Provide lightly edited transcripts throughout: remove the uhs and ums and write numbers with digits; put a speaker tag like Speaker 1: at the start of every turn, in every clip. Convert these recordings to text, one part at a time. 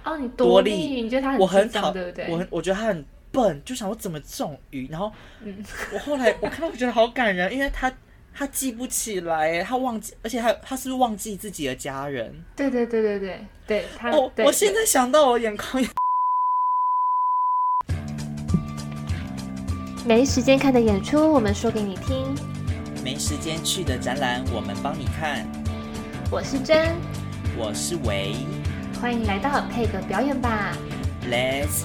Speaker 1: 哦，你多利，你觉得他很智障，对不对？
Speaker 2: 我觉得他很笨，就想我怎么这种鱼，然后我后来我看到我觉得好感人，因为他记不起来，他忘记，而且他是不是忘记自己的家人？
Speaker 1: 对对对对对对，他
Speaker 2: 我现在想到我眼眶
Speaker 1: 没时间看的演出，我们说给你听；
Speaker 2: 没时间去的展览，我们帮你看。
Speaker 1: 我是真，
Speaker 2: 我是维，
Speaker 1: 欢迎来到配个表演吧
Speaker 2: Let's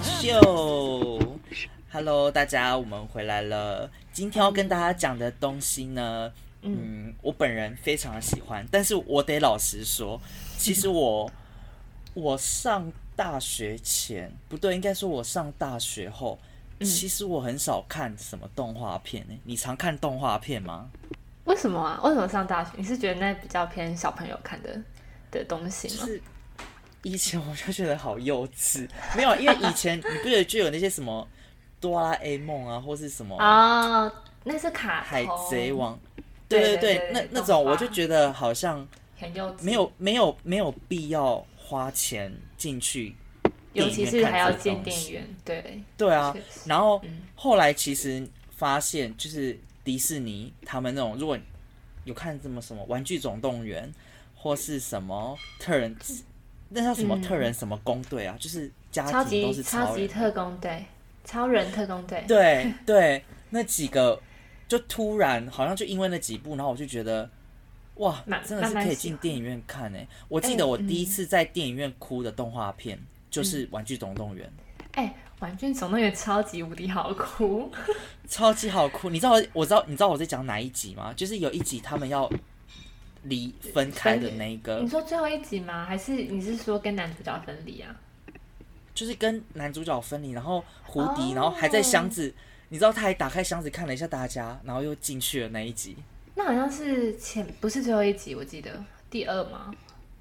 Speaker 2: show。Hello， 大家，我们回来了。今天要跟大家讲的东西呢，我本人非常的喜欢，但是我得老实说，其实我上大学前不对，应该说我上大学后，其实我很少看什么动画片欸。你常看动画片吗？
Speaker 1: 为什么啊？为什么上大学？你是觉得那比较偏小朋友看的东西吗？
Speaker 2: 就是以前我就觉得好幼稚，没有，因为以前你不觉得就有那些什么哆啦 A 梦啊，或是什么
Speaker 1: 哦，那是卡通
Speaker 2: 海贼王，对对对，那种我就觉得好像
Speaker 1: 很幼稚，
Speaker 2: 没有必要花钱进去电影院看这个东西，
Speaker 1: 尤其是还要进电影院，
Speaker 2: 对啊。然后后来其实发现，就是迪士尼他们那种，如果有看什么玩具总动员，或是什么特人，那叫什么特人什么工队啊，就是家庭都是
Speaker 1: 超级特工队，超人特工队，
Speaker 2: 对对，那几个就突然好像就因为那几部，然后我就觉得哇，真的是可以进电影院看欸。我记得我第一次在电影院哭的动画片就是《玩具总动员》。
Speaker 1: 玩具总动员超级无敌好哭，
Speaker 2: 超级好哭。你知道我在讲哪一集吗？就是有一集他们要分开的那一个。
Speaker 1: 你说最后一集吗？还是你是说跟男主角分离啊？
Speaker 2: 就是跟男主角分离，然后胡迪，然后还在箱子，你知道他还打开箱子看了一下大家，然后又进去了那一集。
Speaker 1: 那好像是不是最后一集，我记得第2吗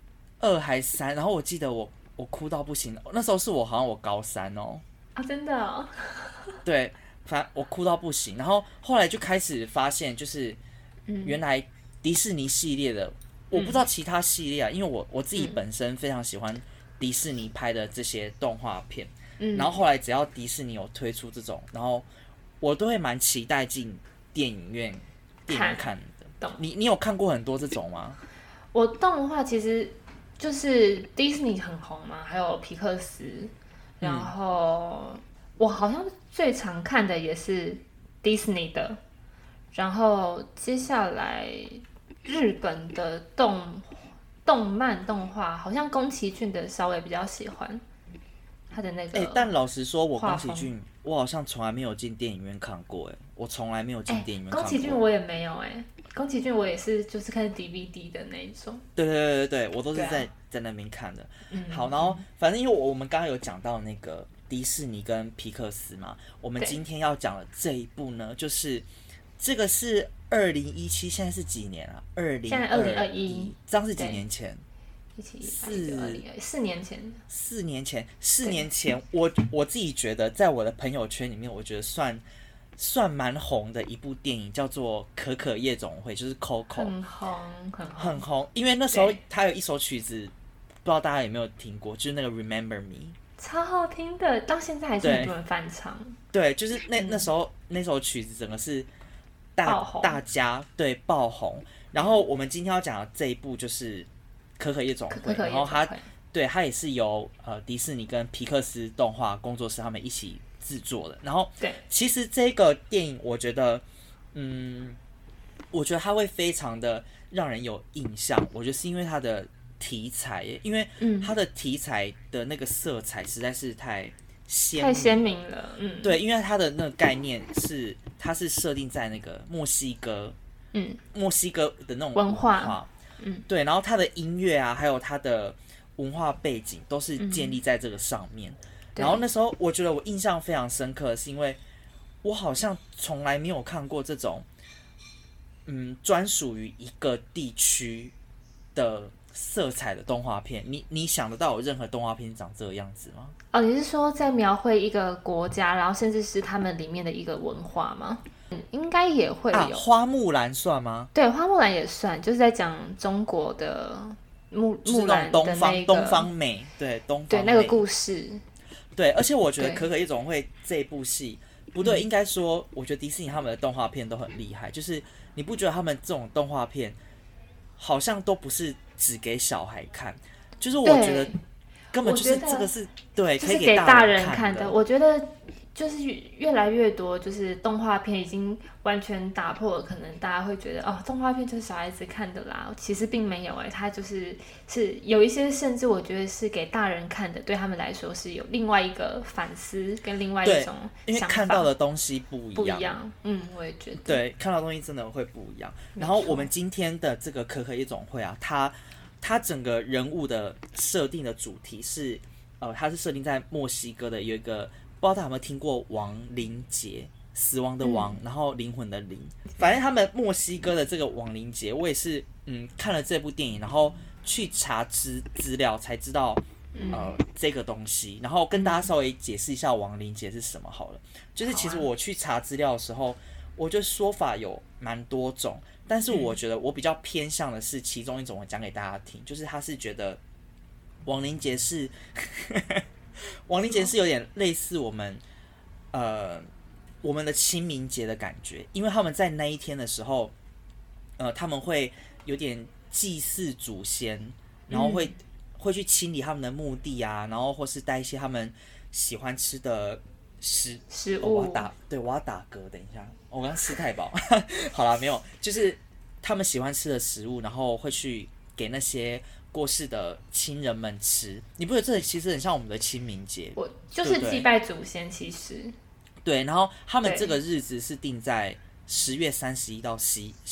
Speaker 2: ？2还3？然后我记得我哭到不行，那时候是好像我高3哦。
Speaker 1: 啊，真的哦。
Speaker 2: 对，反正我哭到不行，然后后来就开始发现，就是原来迪士尼系列的，我不知道其他系列啊，因为我自己本身非常喜欢迪士尼拍的这些动画片，然后后来只要迪士尼有推出这种，然后我都会蛮期待进电影院看的。你有看过很多这种吗？
Speaker 1: 我动画其实就是迪士尼很红嘛，还有皮克斯。然后我好像最常看的也是 Disney 的，然后接下来日本的动漫动画，好像宫崎骏的稍微比较喜欢他的那个。
Speaker 2: 但老实说，我宫崎骏我好像从来没有进电影院看过，我从来没有进电影院看过。
Speaker 1: 宫崎骏我也没有，宫崎骏我也是就是看 DVD 的那一种。
Speaker 2: 对，我都是在那边看的。好，然后反正因为我们刚刚有讲到那个迪士尼跟皮克斯嘛，我们今天要讲的这一部呢，就是这个是2017，现在是几年啊？2021，现在
Speaker 1: 2021，
Speaker 2: 这样是几年前
Speaker 1: ？4年前。
Speaker 2: 4年前，我自己觉得，在我的朋友圈里面，我觉得算蛮红的一部电影，叫做《可可夜总会》，就是 Coco， 很红。因为那时候他有一首曲子，不知道大家有没有听过，就是那个 Remember Me，
Speaker 1: 超好听的，到现在还是很多人翻唱。
Speaker 2: 对，就是那时候那首曲子整个是大家对爆红。然后我们今天要讲的这一部就是《可可夜总会》，然后它也是由迪士尼跟皮克斯动画工作室他们一起制作的。然后其实这个电影我觉得它会非常的让人有印象，我觉得是因为它的题材耶，因为它的题材的那个色彩实在是太鲜明了。对，因为它的那个概念它是设定在那个墨西哥的那种文化，对，然后它的音乐啊，还有它的文化背景都是建立在这个上面。然后那时候我觉得我印象非常深刻，是因为我好像从来没有看过这种专属于一个地区的色彩的动画片。你想得到有任何动画片长这个样子吗？
Speaker 1: 哦，你是说在描绘一个国家，然后甚至是他们里面的一个文化吗？应该也会有。
Speaker 2: 花木兰算吗？
Speaker 1: 对，花木兰也算，就是在讲中国的
Speaker 2: 就是那种东方美，对东方美
Speaker 1: 对那个故事，
Speaker 2: 对，而且我觉得《可可夜总会》这一部戏，不对，应该说，我觉得迪士尼他们的动画片都很厉害，就是你不觉得他们这种动画片好像都不是只给小孩看，就是我觉得根本就是这个是对，可以
Speaker 1: 给大人
Speaker 2: 看
Speaker 1: 的。我觉得就是越来越多，就是动画片已经完全打破了，可能大家会觉得哦，动画片就是小孩子看的啦。其实并没有它就是有一些甚至我觉得是给大人看的，对他们来说是有另外一个反思跟另外一种想法，
Speaker 2: 因为看到的东西不一样。
Speaker 1: 我也觉得
Speaker 2: 对，看到的东西真的会不一样。然后我们今天的这个可可夜总会啊，它整个人物的设定的主题是它是设定在墨西哥的有一个。不知道大家有没有听过亡灵节，死亡的亡，然后灵魂的灵。反正他们墨西哥的这个亡灵节，我也是看了这部电影，然后去查资料才知道这个东西，然后跟大家稍微解释一下亡灵节是什么好了。就是其实我去查资料的时候，我觉得说法有蛮多种，但是我觉得我比较偏向的是其中一种，我讲给大家听，就是他是觉得亡灵节是。亡灵节是有点类似我们的清明节的感觉，因为他们在那一天的时候，他们会有点祭祀祖先，然后会去清理他们的墓地啊，然后或是带一些他们喜欢吃的食物。我要打嗝，等一下，我刚吃太饱。好啦，没有，就是他们喜欢吃的食物，然后会去给那些。过世的亲人们吃，你不觉得这其实很像我们的清明节？
Speaker 1: 我就是祭拜祖先，其实
Speaker 2: 对。然后他们这个日子是定在10月31到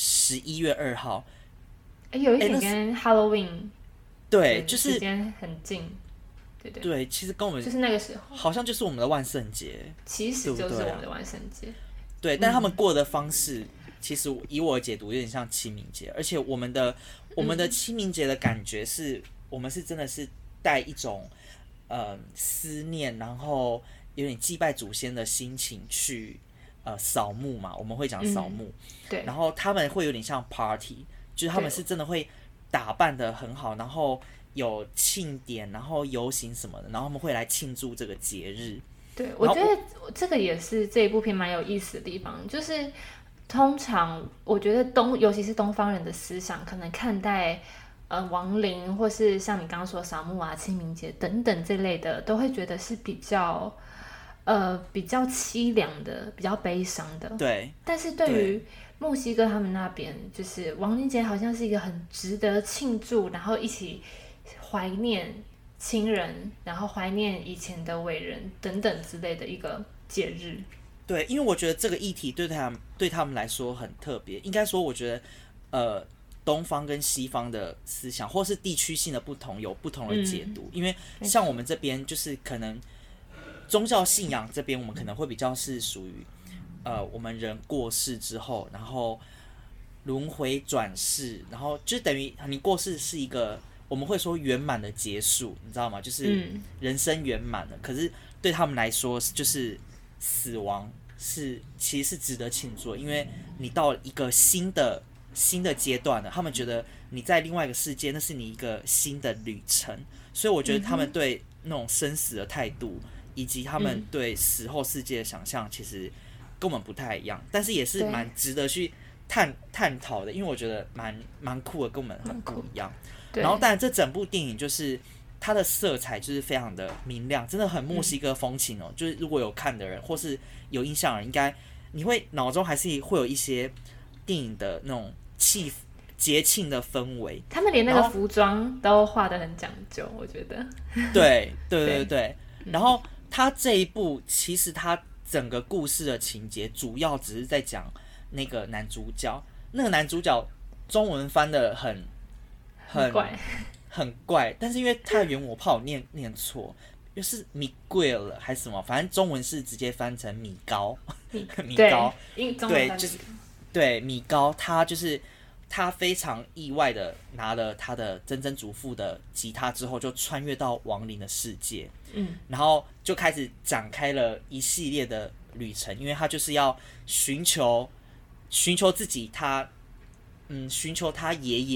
Speaker 2: 11月2号，
Speaker 1: 有一点跟 Halloween
Speaker 2: 对，就是
Speaker 1: 时间很近，
Speaker 2: 对，其实跟我们
Speaker 1: 就是那个时候，
Speaker 2: 好像就是我们的万圣节，
Speaker 1: 其实就是我们的万圣节，
Speaker 2: 对。但他们过的方式，其实以我的解读有点像清明节，而且我们的清明节的感觉是，我们是真的是带一种思念，然后有点祭拜祖先的心情去扫墓嘛，我们会讲扫墓，
Speaker 1: 对。
Speaker 2: 然后他们会有点像 party， 就是他们是真的会打扮得很好，然后有庆典，然后游行什么的，然后他们会来庆祝这个节日。
Speaker 1: 对，我觉得这个也是这一部片蛮有意思的地方，就是。通常我觉得尤其是东方人的思想，可能看待亡灵，或是像你刚刚说扫墓啊、清明节等等这类的，都会觉得是比较凄凉的、比较悲伤的。
Speaker 2: 对。
Speaker 1: 但是对于墨西哥他们那边，就是亡灵节好像是一个很值得庆祝，然后一起怀念亲人，然后怀念以前的伟人等等之类的一个节日。
Speaker 2: 对，因为我觉得这个议题对他们来说很特别。应该说，我觉得东方跟西方的思想，或是地区性的不同，有不同的解读。因为像我们这边，就是可能宗教信仰这边，我们可能会比较是属于我们人过世之后，然后轮回转世，然后就等于你过世是一个我们会说圆满的结束，你知道吗？就是人生圆满了。可是对他们来说，就是死亡其实是值得庆祝，因为你到一个新的阶段了，他们觉得你在另外一个世界，那是你一个新的旅程，所以我觉得他们对那种生死的态度，以及他们对死后世界的想象，其实跟我们不太一样，但是也是蛮值得去探讨的，因为我觉得蛮酷的，跟我们很不一样。然后当然这整部电影就是它的色彩就是非常的明亮，真的很墨西哥风情哦。就是如果有看的人或是有印象的人，应该你会脑中还是会有一些电影的那种节庆的氛围。
Speaker 1: 他们连那个服装都画得很讲究，我觉得。
Speaker 2: 对。然后他这一部其实他整个故事的情节主要只是在讲那个男主角，中文翻的很怪，但是因为他的原文我怕我念错，就是米贵了还是什么，反正中文是直接翻成米糕。米糕，对，就是对米糕，他非常意外的拿了他的曾曾祖父的吉他之后，就穿越到亡灵的世界，然后就开始展开了一系列的旅程，因为他就是要寻求自己寻求他爷爷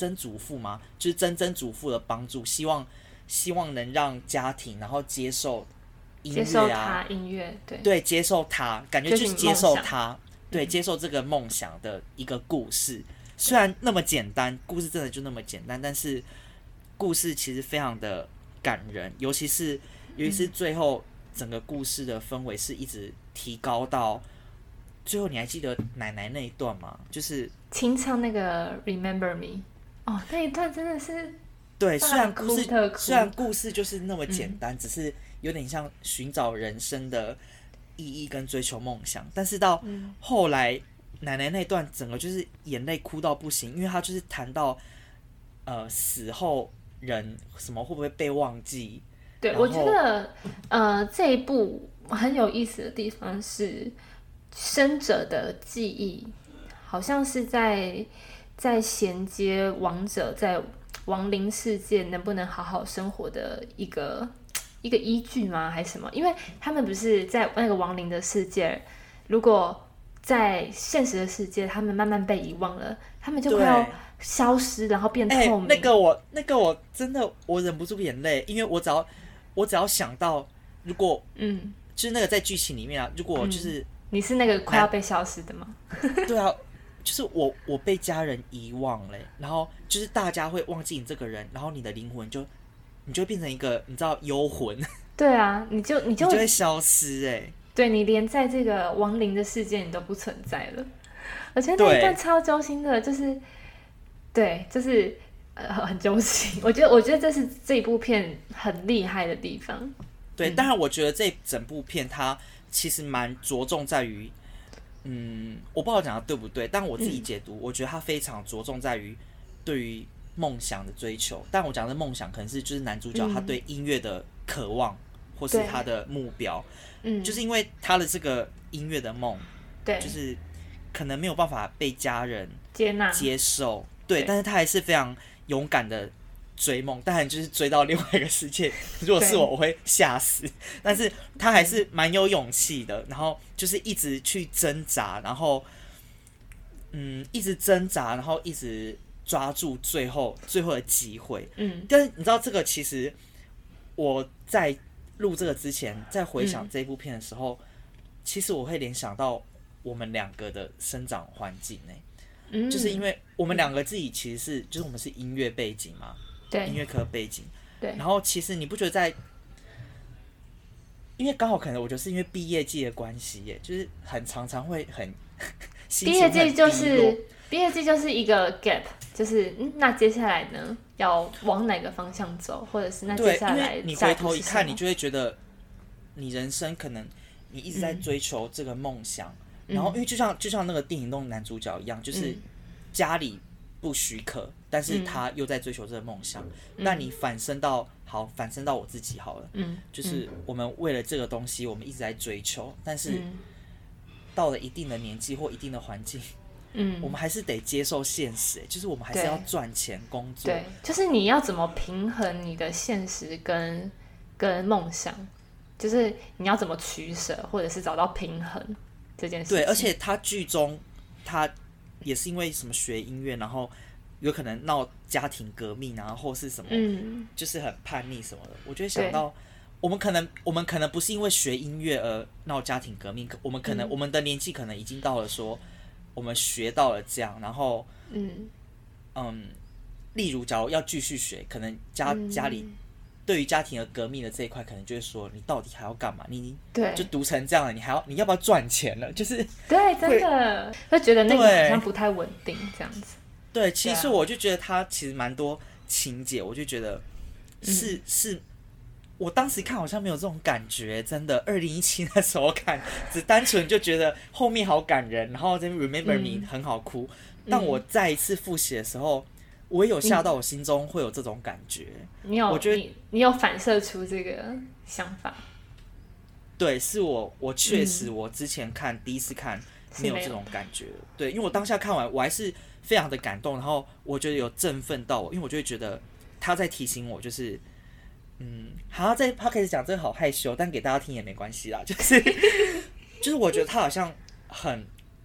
Speaker 2: 曾祖父嘛，就是曾祖父的帮助，希望能让家庭然后接受音乐啊，
Speaker 1: 接受他音乐，
Speaker 2: 对，接受他，感觉就是接受他，对，接受这个梦想的一个故事。虽然那么简单，故事真的就那么简单，但是故事其实非常的感人，尤其是最后整个故事的氛围是一直提高到最后。你还记得奶奶那一段吗？就是
Speaker 1: 清唱那个 Remember Me， 哦，那一段真的是
Speaker 2: 对，虽然故事就是那么简单，只是有点像寻找人生的意义跟追求梦想，但是到后来奶奶那段整个就是眼泪哭到不行，因为他就是谈到死后人什么会不会被忘记。
Speaker 1: 对，我觉得这一部很有意思的地方是生者的记忆好像是在衔接亡者在亡灵世界能不能好好生活的一个依据吗？还是什么？因为他们不是在那个亡灵的世界，如果在现实的世界他们慢慢被遗忘了，他们就快要消失，然后变透明。
Speaker 2: 那个我真的我忍不住眼泪，因为我只要想到，如果就是那个在剧情里面啊，如果就是
Speaker 1: 你是那个快要被消失的吗？
Speaker 2: 对啊，就是我被家人遗忘了，然后就是大家会忘记你这个人，然后你的灵魂你就变成一个你知道幽魂。
Speaker 1: 对啊，你就
Speaker 2: 会消失
Speaker 1: 对，你连在这个亡灵的世界你都不存在了。而且那一段超揪心的，就是对，就是很揪心。我觉得这是这一部片很厉害的地方。
Speaker 2: 对，当然我觉得这整部片它其实蛮着重在于，我不知道讲的对不对，但我自己解读，我觉得它非常着重在于对于梦想的追求。但我讲的梦想可能是就是男主角他对音乐的渴望，或是他的目标，就是因为他的这个音乐的梦，
Speaker 1: 对，
Speaker 2: 就是可能没有办法被家人接受，
Speaker 1: 对，
Speaker 2: 但是他还是非常勇敢的追梦，当然就是追到另外一个世界。如果是我会吓死，但是他还是蛮有勇气的，然后就是一直去挣扎，然后一直挣扎，然后一直抓住最后的机会。但是你知道这个其实我在录这个之前，在回想这部片的时候，其实我会联想到我们两个的生长环境就是因为我们两个自己其实就是我们是音乐背景嘛，对，音乐科背景，对。然后其实你不觉得因为刚好可能我觉得是因为毕业季的关系就是很常会很
Speaker 1: 毕业季就是一个 gap， 就是那接下来呢要往哪个方向走，或者是那接下来
Speaker 2: 你回头一看，你就会觉得你人生可能你一直在追求这个梦想，然后因为就像那个电影中的男主角一样，就是家里不许可，但是他又在追求这个梦想。那你反身到我自己好了，就是我们为了这个东西，我们一直在追求，但是到了一定的年纪或一定的环境，我们还是得接受现实，就是我们还是要赚钱工作。
Speaker 1: 对，就是你要怎么平衡你的现实跟梦想，就是你要怎么取舍，或者是找到平衡这件事情。
Speaker 2: 对，而且他剧中他也是因为什么学音乐，然后有可能闹家庭革命啊，或是什么，就是很叛逆什么的。我就会想到，我们可能不是因为学音乐而闹家庭革命，我们的年纪可能已经到了说，我们学到了这样，然后例如假如要继续学，可能家里对于家庭的革命的这一块，可能就会说你到底还要干嘛？你就读成这样了，你要不要赚钱了？就是
Speaker 1: 对，真的会觉得那个好像不太稳定这样子。
Speaker 2: 对，其实我就觉得他其实蛮多情节，我就觉得是我当时看好像没有这种感觉，真的。2017那时候看，只单纯就觉得后面好感人，然后这边 Remember Me 很好哭。但我再一次复习的时候，我也有吓到我心中会有这种感觉。我觉得
Speaker 1: 你有反射出这个想法。
Speaker 2: 对，是我确实我之前第一次看没有这种感觉。对，因为我当下看完我还是非常的感动，然后我觉得有振奋到我，因为我就会觉得他在提醒我，就是好像在 podcast 讲这个好害羞，但给大家听也没关系啦。就是我觉得他好像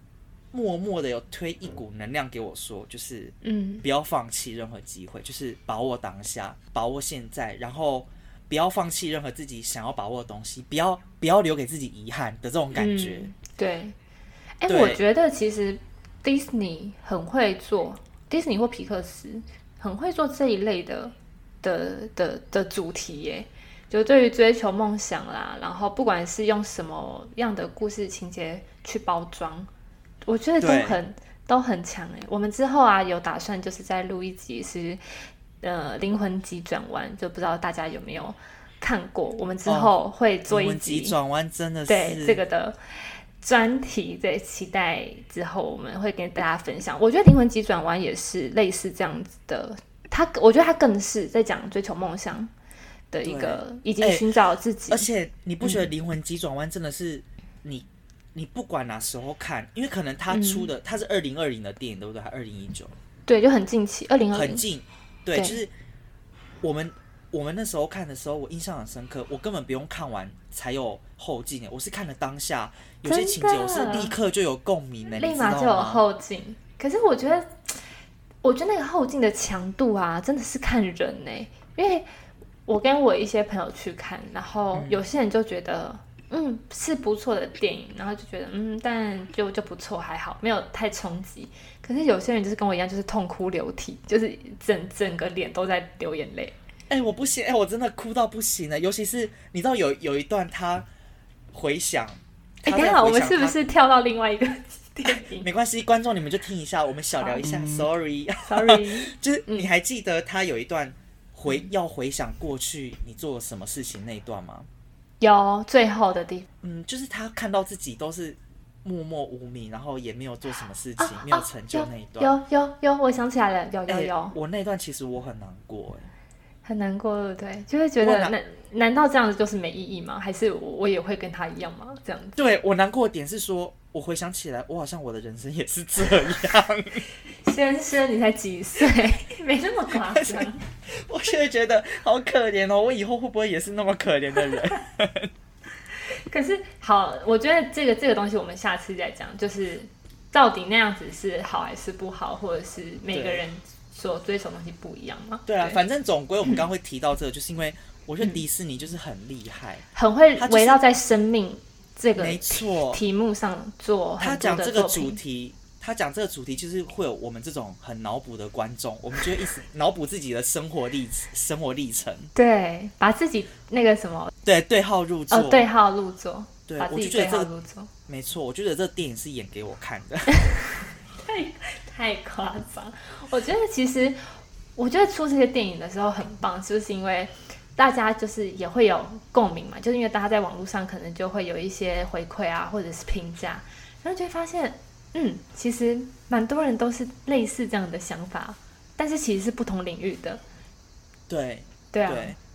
Speaker 2: 默默的有推一股能量给我说，就是不要放弃任何机会，就是把握当下，把握现在，然后不要放弃任何自己想要把握的东西，不要留给自己遗憾的这种感觉。
Speaker 1: 对，我觉得其实 Disney 很会做，Disney 或皮克斯很会做这一类的主题耶。就对于追求梦想啦，然后不管是用什么样的故事情节去包装，我觉得都很强哎。我们之后啊有打算就是再录一集是灵魂急转弯，就不知道大家有没有看过。我们之后会做一集灵魂
Speaker 2: 急转弯，真的是
Speaker 1: 对这个的专题，对，期待之后我们会跟大家分享。我觉得灵魂急转弯也是类似这样子的，我觉得它更是在讲追求梦想的一个以及寻找自己。
Speaker 2: 而且你不觉得灵魂急转弯真的是你不管哪时候看，因为可能他出的他是2020的电影，对不对？还2019？
Speaker 1: 对，就很近期，2020
Speaker 2: 很近。对，就是我们那时候看的时候，我印象很深刻，我根本不用看完才有后劲，我是看了当下有些情节，我是立刻就有共鸣的，
Speaker 1: 立马就有后劲。可是我觉得那个后劲的强度啊，真的是看人欸，因为我跟我一些朋友去看，然后有些人就觉得是不错的电影，然后就觉得但就不错，还好，没有太冲击。可是有些人就是跟我一样，就是痛哭流涕，就是整个脸都在流眼泪。
Speaker 2: 我不行，我真的哭到不行了。尤其是你知道有一段他回想，
Speaker 1: 等一下我们是不是跳到另外一个电影？
Speaker 2: 没关系，观众你们就听一下，我们小聊一下。Sorry， 就是你还记得他有一段要回想过去你做了什么事情那一段吗？
Speaker 1: 有，最后的地
Speaker 2: 方，就是他看到自己都是默默无名，然后也没有做什么事情，没有成就那一段。
Speaker 1: 有，我想起来了，有。
Speaker 2: 我那段其实我很难过，
Speaker 1: 很难过，对不对？就会觉得难道这样子就是没意义吗？还是我也会跟他一样吗？这样子。
Speaker 2: 对，我难过的点是说，我回想起来，我好像我的人生也是这样。
Speaker 1: 先生，你才几岁？没那么夸张。
Speaker 2: 我现在觉得好可怜哦，我以后会不会也是那么可怜的人？
Speaker 1: 可是好，我觉得这个东西我们下次再讲，就是到底那样子是好还是不好，或者是每个人所追求的东西不一样吗？
Speaker 2: 对啊，反正总归我们刚刚会提到这个，就是因为我觉得迪士尼就是很厉害，
Speaker 1: 很会围绕在生命这个
Speaker 2: 没错
Speaker 1: 题目上做很多的作品。
Speaker 2: 他讲这个主题就是会有我们这种很脑补的观众，我们就会一直脑补自己的生活历程，
Speaker 1: 对，把自己那个什么
Speaker 2: 对号入座，
Speaker 1: 对号入座，
Speaker 2: 对，
Speaker 1: 把自己对号入座，
Speaker 2: 没错，我觉得这个电影是演给我看的，
Speaker 1: 太夸张。我觉得出这些电影的时候很棒，就是因为大家就是也会有共鸣嘛，就是因为大家在网络上可能就会有一些回馈啊，或者是评价，然后就会发现。其实蛮多人都是类似这样的想法，但是其实是不同领域的。对啊，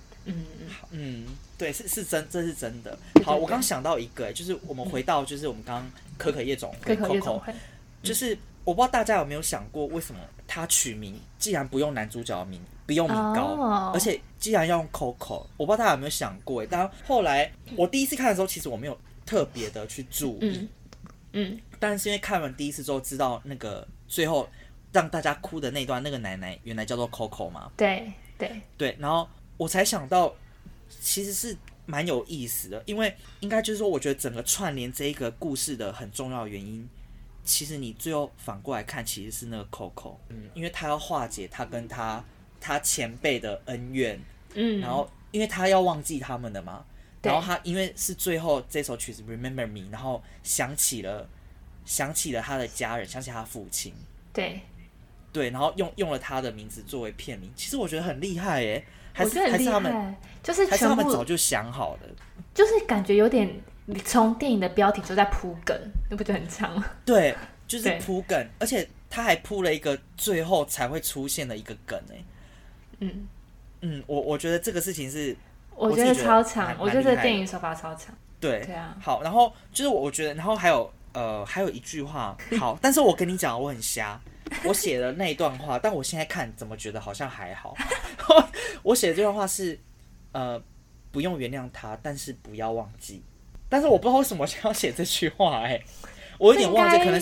Speaker 2: 对，是真，这是真的。好，我刚想到一个，就是我们回到就是我们刚刚可可夜总会 Coco， 就是我不知道大家有没有想过，为什么他取名既然不用男主角的名，不用米高，而且既然要用 Coco， 我不知道大家有没有想过，但后来我第一次看的时候，其实我没有特别的去注意。但是因为看完第一次之后，知道那个最后让大家哭的那段，那个奶奶原来叫做 Coco 嘛？
Speaker 1: 对，
Speaker 2: 然后我才想到，其实是蛮有意思的，因为应该就是说，我觉得整个串联这一个故事的很重要的原因，其实你最后反过来看，其实是那个 Coco，因为他要化解他跟他前辈的恩怨，然后因为他要忘记他们的嘛。然后他因为是最后这首曲子 Remember Me， 然后想起了他的家人，想起他父亲，对，然后用了他的名字作为片名。其实我觉得很厉害耶，还是他们
Speaker 1: 就是
Speaker 2: 还是他们早就想好的，
Speaker 1: 就是感觉有点从电影的标题就在铺梗，你不觉得很强吗？
Speaker 2: 对，就是铺梗，而且他还铺了一个最后才会出现的一个梗哎，我觉得这个事情是。
Speaker 1: 我觉得超强，我觉得这个电影手法超强。
Speaker 2: 对啊，好，然后就是我觉得，然后还有一句话，好，但是我跟你讲，我很瞎，我写的那一段话，但我现在看怎么觉得好像还好。我写的这段话是，不用原谅他，但是不要忘记。但是我不知道为什么想要写这句话，我有点忘记，可能是因为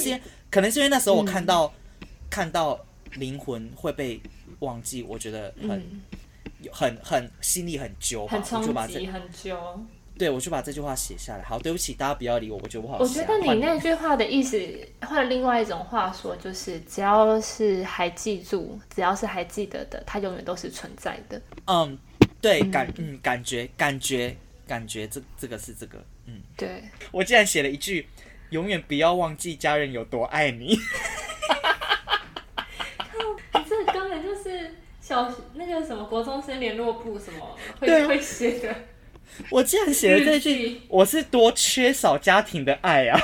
Speaker 2: 可能是因为那时候我看到灵魂会被忘记，我觉得很心里很揪吧，
Speaker 1: 很冲击，很揪。
Speaker 2: 对，我就把这句话写下来。好，对不起，大家不要理我，我觉得不好写。
Speaker 1: 我觉得你那句话的意思，换另外一种话说，就是只要是还记住，只要是还记得的，它永远都是存在的。
Speaker 2: 对，感觉这个是这个，
Speaker 1: 对。
Speaker 2: 我竟然写了一句，永远不要忘记家人有多爱你。
Speaker 1: 这根本就是那个什么国中生联络簿什么会写的。
Speaker 2: 我竟然写了这句，我是多缺少家庭的爱啊！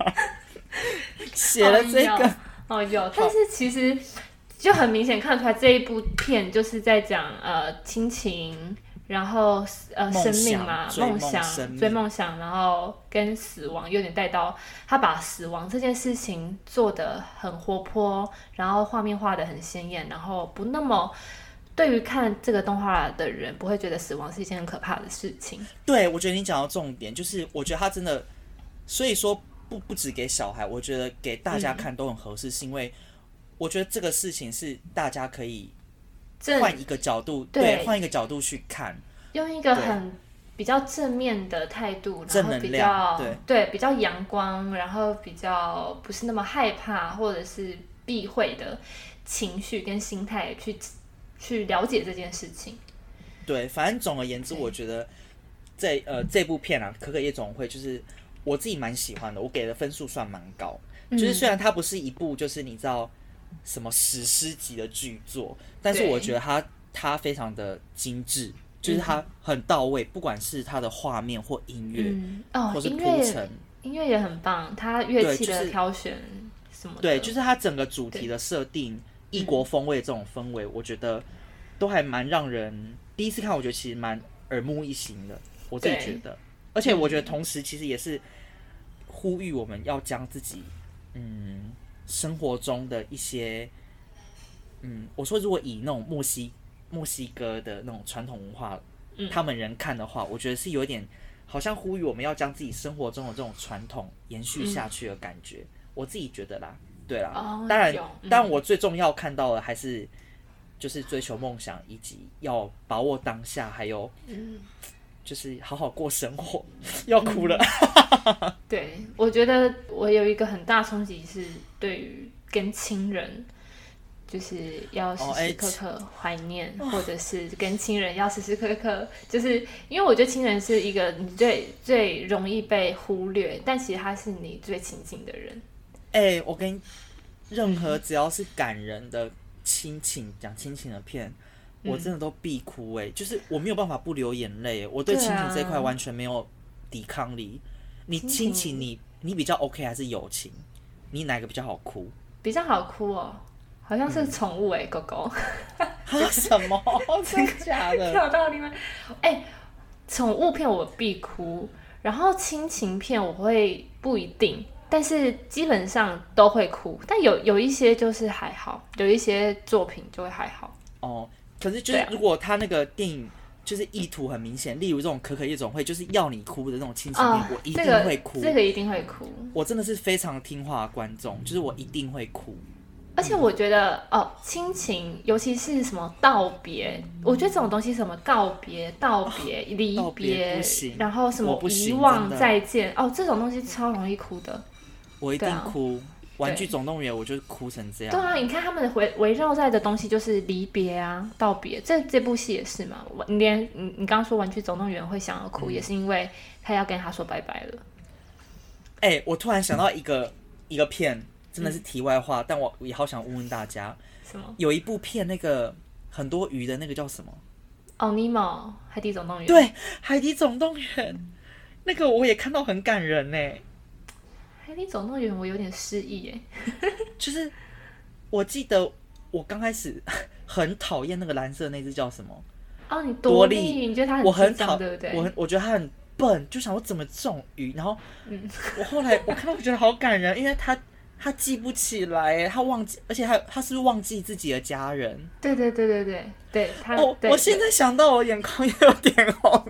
Speaker 2: 写了这个，
Speaker 1: 有，但是其实就很明显看出来，这一部片就是在讲亲情，然后生命嘛，梦想，追梦想，然后跟死亡有点带到，他把死亡这件事情做得很活泼，然后画面画得很鲜艳，然后不那么。对于看这个动画的人，不会觉得死亡是一件很可怕的事情。
Speaker 2: 对，我觉得你讲到重点，就是我觉得他真的，所以说不只给小孩，我觉得给大家看都很合适，是因为我觉得这个事情是大家可以换一个角度，对，换一个角度去看，
Speaker 1: 用一个比较正面的态度，然后比
Speaker 2: 较
Speaker 1: 对比较阳光，然后比较不是那么害怕或者是避讳的情绪跟心态去了解这件事情。
Speaker 2: 对，反正总而言之，我觉得这部片啊，《可可夜总会》就是我自己蛮喜欢的，我给的分数算蛮高。就是虽然它不是一部就是你知道什么史诗级的巨作，但是我觉得它非常的精致，就是它很到位，不管是它的画面或音乐，或是铺陈，
Speaker 1: 音乐也很棒，它乐器的挑选什么的，
Speaker 2: 对，就是它整个主题的设定。异国风味这种氛围，我觉得都还蛮让人第一次看，我觉得其实蛮耳目一新的，我自己觉得。而且我觉得同时其实也是呼吁我们要将自己生活中的一些我说如果以那种墨西哥的那种传统文化，他们人看的话，我觉得是有一点好像呼吁我们要将自己生活中的这种传统延续下去的感觉，我自己觉得啦。对啦，当然我最重要看到的还是就是追求梦想，以及要把握当下，还有就是好好过生活。要哭了。
Speaker 1: 对，我觉得我有一个很大冲击是对于跟亲人，就是要时时刻刻怀念，或者是跟亲人要时时刻刻，就是因为我觉得亲人是一个你最容易被忽略，但其实他是你最亲近的人。
Speaker 2: 我跟任何只要是感人的讲亲情的片，我真的都必哭就是我没有办法不流眼泪，我对亲情这一块完全没有抵抗力。你亲情你比较 OK 还是友情？你哪个比较好哭？
Speaker 1: 比较好哭哦，好像是宠物狗狗。
Speaker 2: 什么？真的假的？
Speaker 1: 跳到另外宠物片我必哭，然后亲情片我会不一定。但是基本上都会哭，但有一些就是还好，有一些作品就会还好。
Speaker 2: 可是就是如果他那个电影就是意图很明显，例如这种可可夜总会就是要你哭的那种亲情片，我一定会哭。
Speaker 1: 这个一定会哭。
Speaker 2: 我真的是非常听话的观众，就是我一定会哭。
Speaker 1: 而且我觉得亲情，尤其是什么道别，我觉得这种东西，什么告别、道别、离别，然后什么遗忘、再见，这种东西超容易哭的。
Speaker 2: 我一定哭。玩具总动员我就哭成这样。
Speaker 1: 对啊，你看他们围绕在的东西就是离别啊、道别，这部戏也是嘛。你刚刚说玩具总动员会想要哭，也是因为他要跟他说拜拜了。
Speaker 2: 我突然想到一个片，真的是题外话，但我也好想问问大家，
Speaker 1: 什么？有
Speaker 2: 一部片那个很多鱼的那个叫什么？
Speaker 1: 尼莫海底总动员。
Speaker 2: 对，海底总动员那个我也看到很感人
Speaker 1: 海底总动员我有点失忆
Speaker 2: 就是我记得我刚开始很讨厌那个蓝色那只叫什么？
Speaker 1: 你多利，你觉得它很智障对不对？
Speaker 2: 我觉得它很笨，就想我怎么这种鱼，然后我后来我看到我觉得好感人，因为他记不起来，他忘记，而且他是不是忘记自己的家人？
Speaker 1: 对，
Speaker 2: 我现在想到我眼眶也有点红。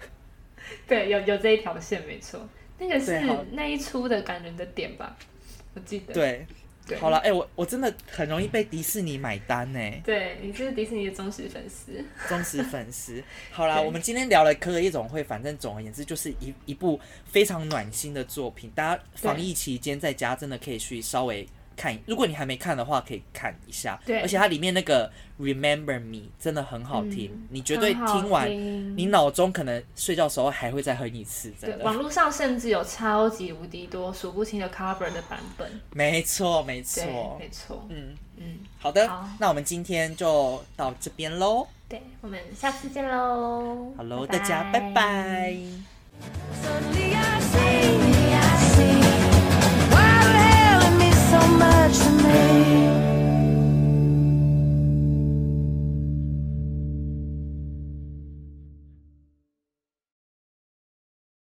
Speaker 1: 对，有这一条线没错。那个是那一出的感人的点吧？ 我记得。
Speaker 2: 对。好了，我真的很容易被迪士尼买单呢。
Speaker 1: 对，你是迪士尼的忠实粉丝。
Speaker 2: 忠实粉丝。好啦，我们今天聊了《可可夜总会》，反正总而言之就是一部非常暖心的作品。大家防疫期间在家真的可以去稍微看，如果你还没看的话，可以看一下。
Speaker 1: 对，
Speaker 2: 而且它里面那个 Remember Me 真的很好听，你绝对听完，你脑中可能睡觉的时候还会再哼一次。真的，
Speaker 1: 对，网络上甚至有超级无敌多数不清的 cover 的版本。
Speaker 2: 没错，没
Speaker 1: 错。
Speaker 2: 好的，那我们今天就到这边喽。
Speaker 1: 对，我们下次见喽。
Speaker 2: 好喽，大家拜拜。